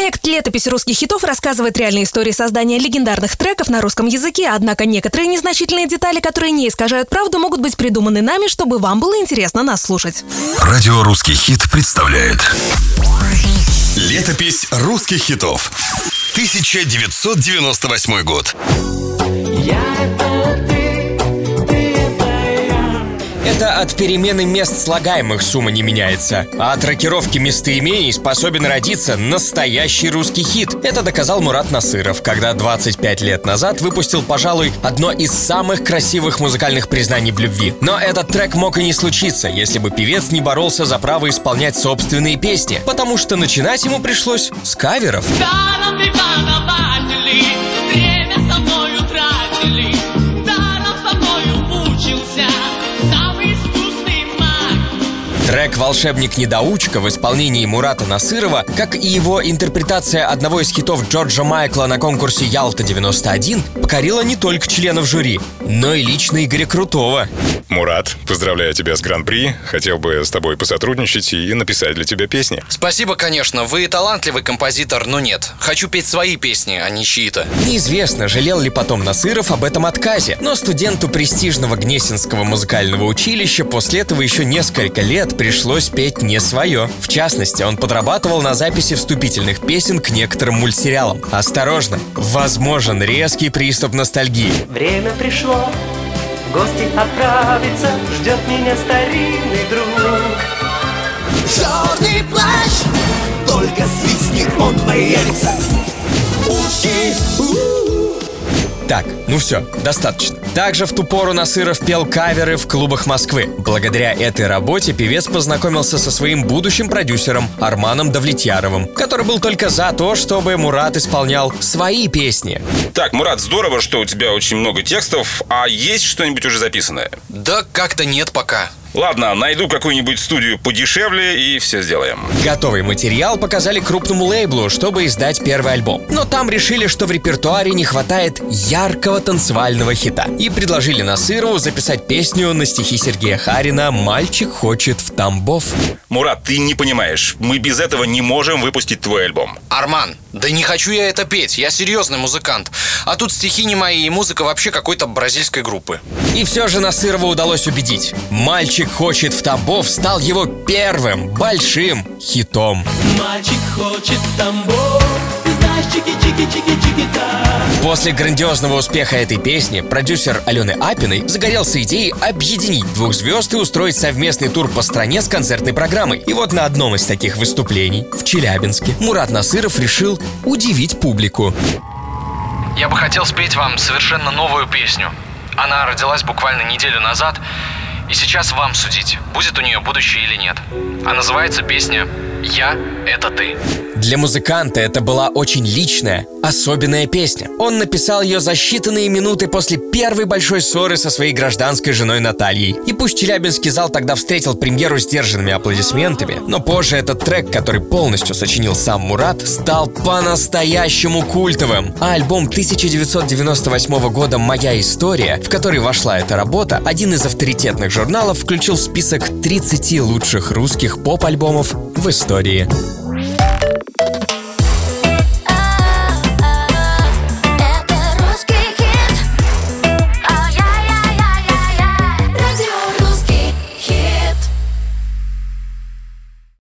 Проект «Летопись русских хитов» рассказывает реальные истории создания легендарных треков на русском языке, однако некоторые незначительные детали, которые не искажают правду, могут быть придуманы нами, чтобы вам было интересно нас слушать. Радио «Русский хит» представляет «Летопись русских хитов». 1998 год. Это от перемены мест слагаемых сумма не меняется, а от рокировки местоимений способен родиться настоящий русский хит. Это доказал Мурат Насыров, когда 25 лет назад выпустил, пожалуй, одно из самых красивых музыкальных признаний в любви. Но этот трек мог и не случиться, если бы певец не боролся за право исполнять собственные песни, потому что начинать ему пришлось с каверов. Трек «Волшебник-недоучка» в исполнении Мурата Насырова, как и его интерпретация одного из хитов Джорджа Майкла на конкурсе «Ялта-91», покорила не только членов жюри, но и лично Игоря Крутого. Мурат, поздравляю тебя с Гран-при. Хотел бы с тобой посотрудничать и написать для тебя песни. Спасибо, конечно. Вы талантливый композитор, но нет. Хочу петь свои песни, а не чьи-то. Неизвестно, жалел ли потом Насыров об этом отказе, но студенту престижного Гнесинского музыкального училища после этого еще несколько лет пришлось петь не свое. В частности, он подрабатывал на записи вступительных песен к некоторым мультсериалам. Осторожно, возможен резкий приступ ностальгии. Время пришло, в гости отправиться, ждет меня старинный друг. Черный плащ, только свистнет, он появится. Так, ну все, достаточно. Также в ту пору Насыров пел каверы в клубах Москвы. Благодаря этой работе певец познакомился со своим будущим продюсером Арманом Давлетьяровым, который был только за то, чтобы Мурат исполнял свои песни. Так, Мурат, здорово, что у тебя очень много текстов, а есть что-нибудь уже записанное? Да как-то нет пока. Ладно, найду какую-нибудь студию подешевле и все сделаем. Готовый материал показали крупному лейблу, чтобы издать первый альбом. Но там решили, что в репертуаре не хватает яркого танцевального хита. И предложили Насырову записать песню на стихи Сергея Харина «Мальчик хочет в Тамбов». Мурат, ты не понимаешь, мы без этого не можем выпустить твой альбом. Арман, да не хочу я это петь, я серьезный музыкант. А тут стихи не мои и музыка вообще какой-то бразильской группы. И все же Насырову удалось убедить. «Мальчик хочет в Тамбов» стал его первым большим хитом. Мальчик хочет в Тамбов, ты знаешь, чики-чики-чики-чики-та. После грандиозного успеха этой песни продюсер Алены Апиной загорелся идеей объединить двух звезд и устроить совместный тур по стране с концертной программой. И вот на одном из таких выступлений в Челябинске Мурат Насыров решил удивить публику. Я бы хотел спеть вам совершенно новую песню. Она родилась буквально неделю назад, и сейчас вам судить, будет у нее будущее или нет. А называется песня «Я – это ты». Для музыканта это была очень личная, особенная песня. Он написал ее за считанные минуты после первой большой ссоры со своей гражданской женой Натальей. И пусть челябинский зал тогда встретил премьеру сдержанными аплодисментами, но позже этот трек, который полностью сочинил сам Мурат, стал по-настоящему культовым. А альбом 1998 года «Моя история», в который вошла эта работа, один из авторитетных журналов включил в список 30 лучших русских поп-альбомов в истории.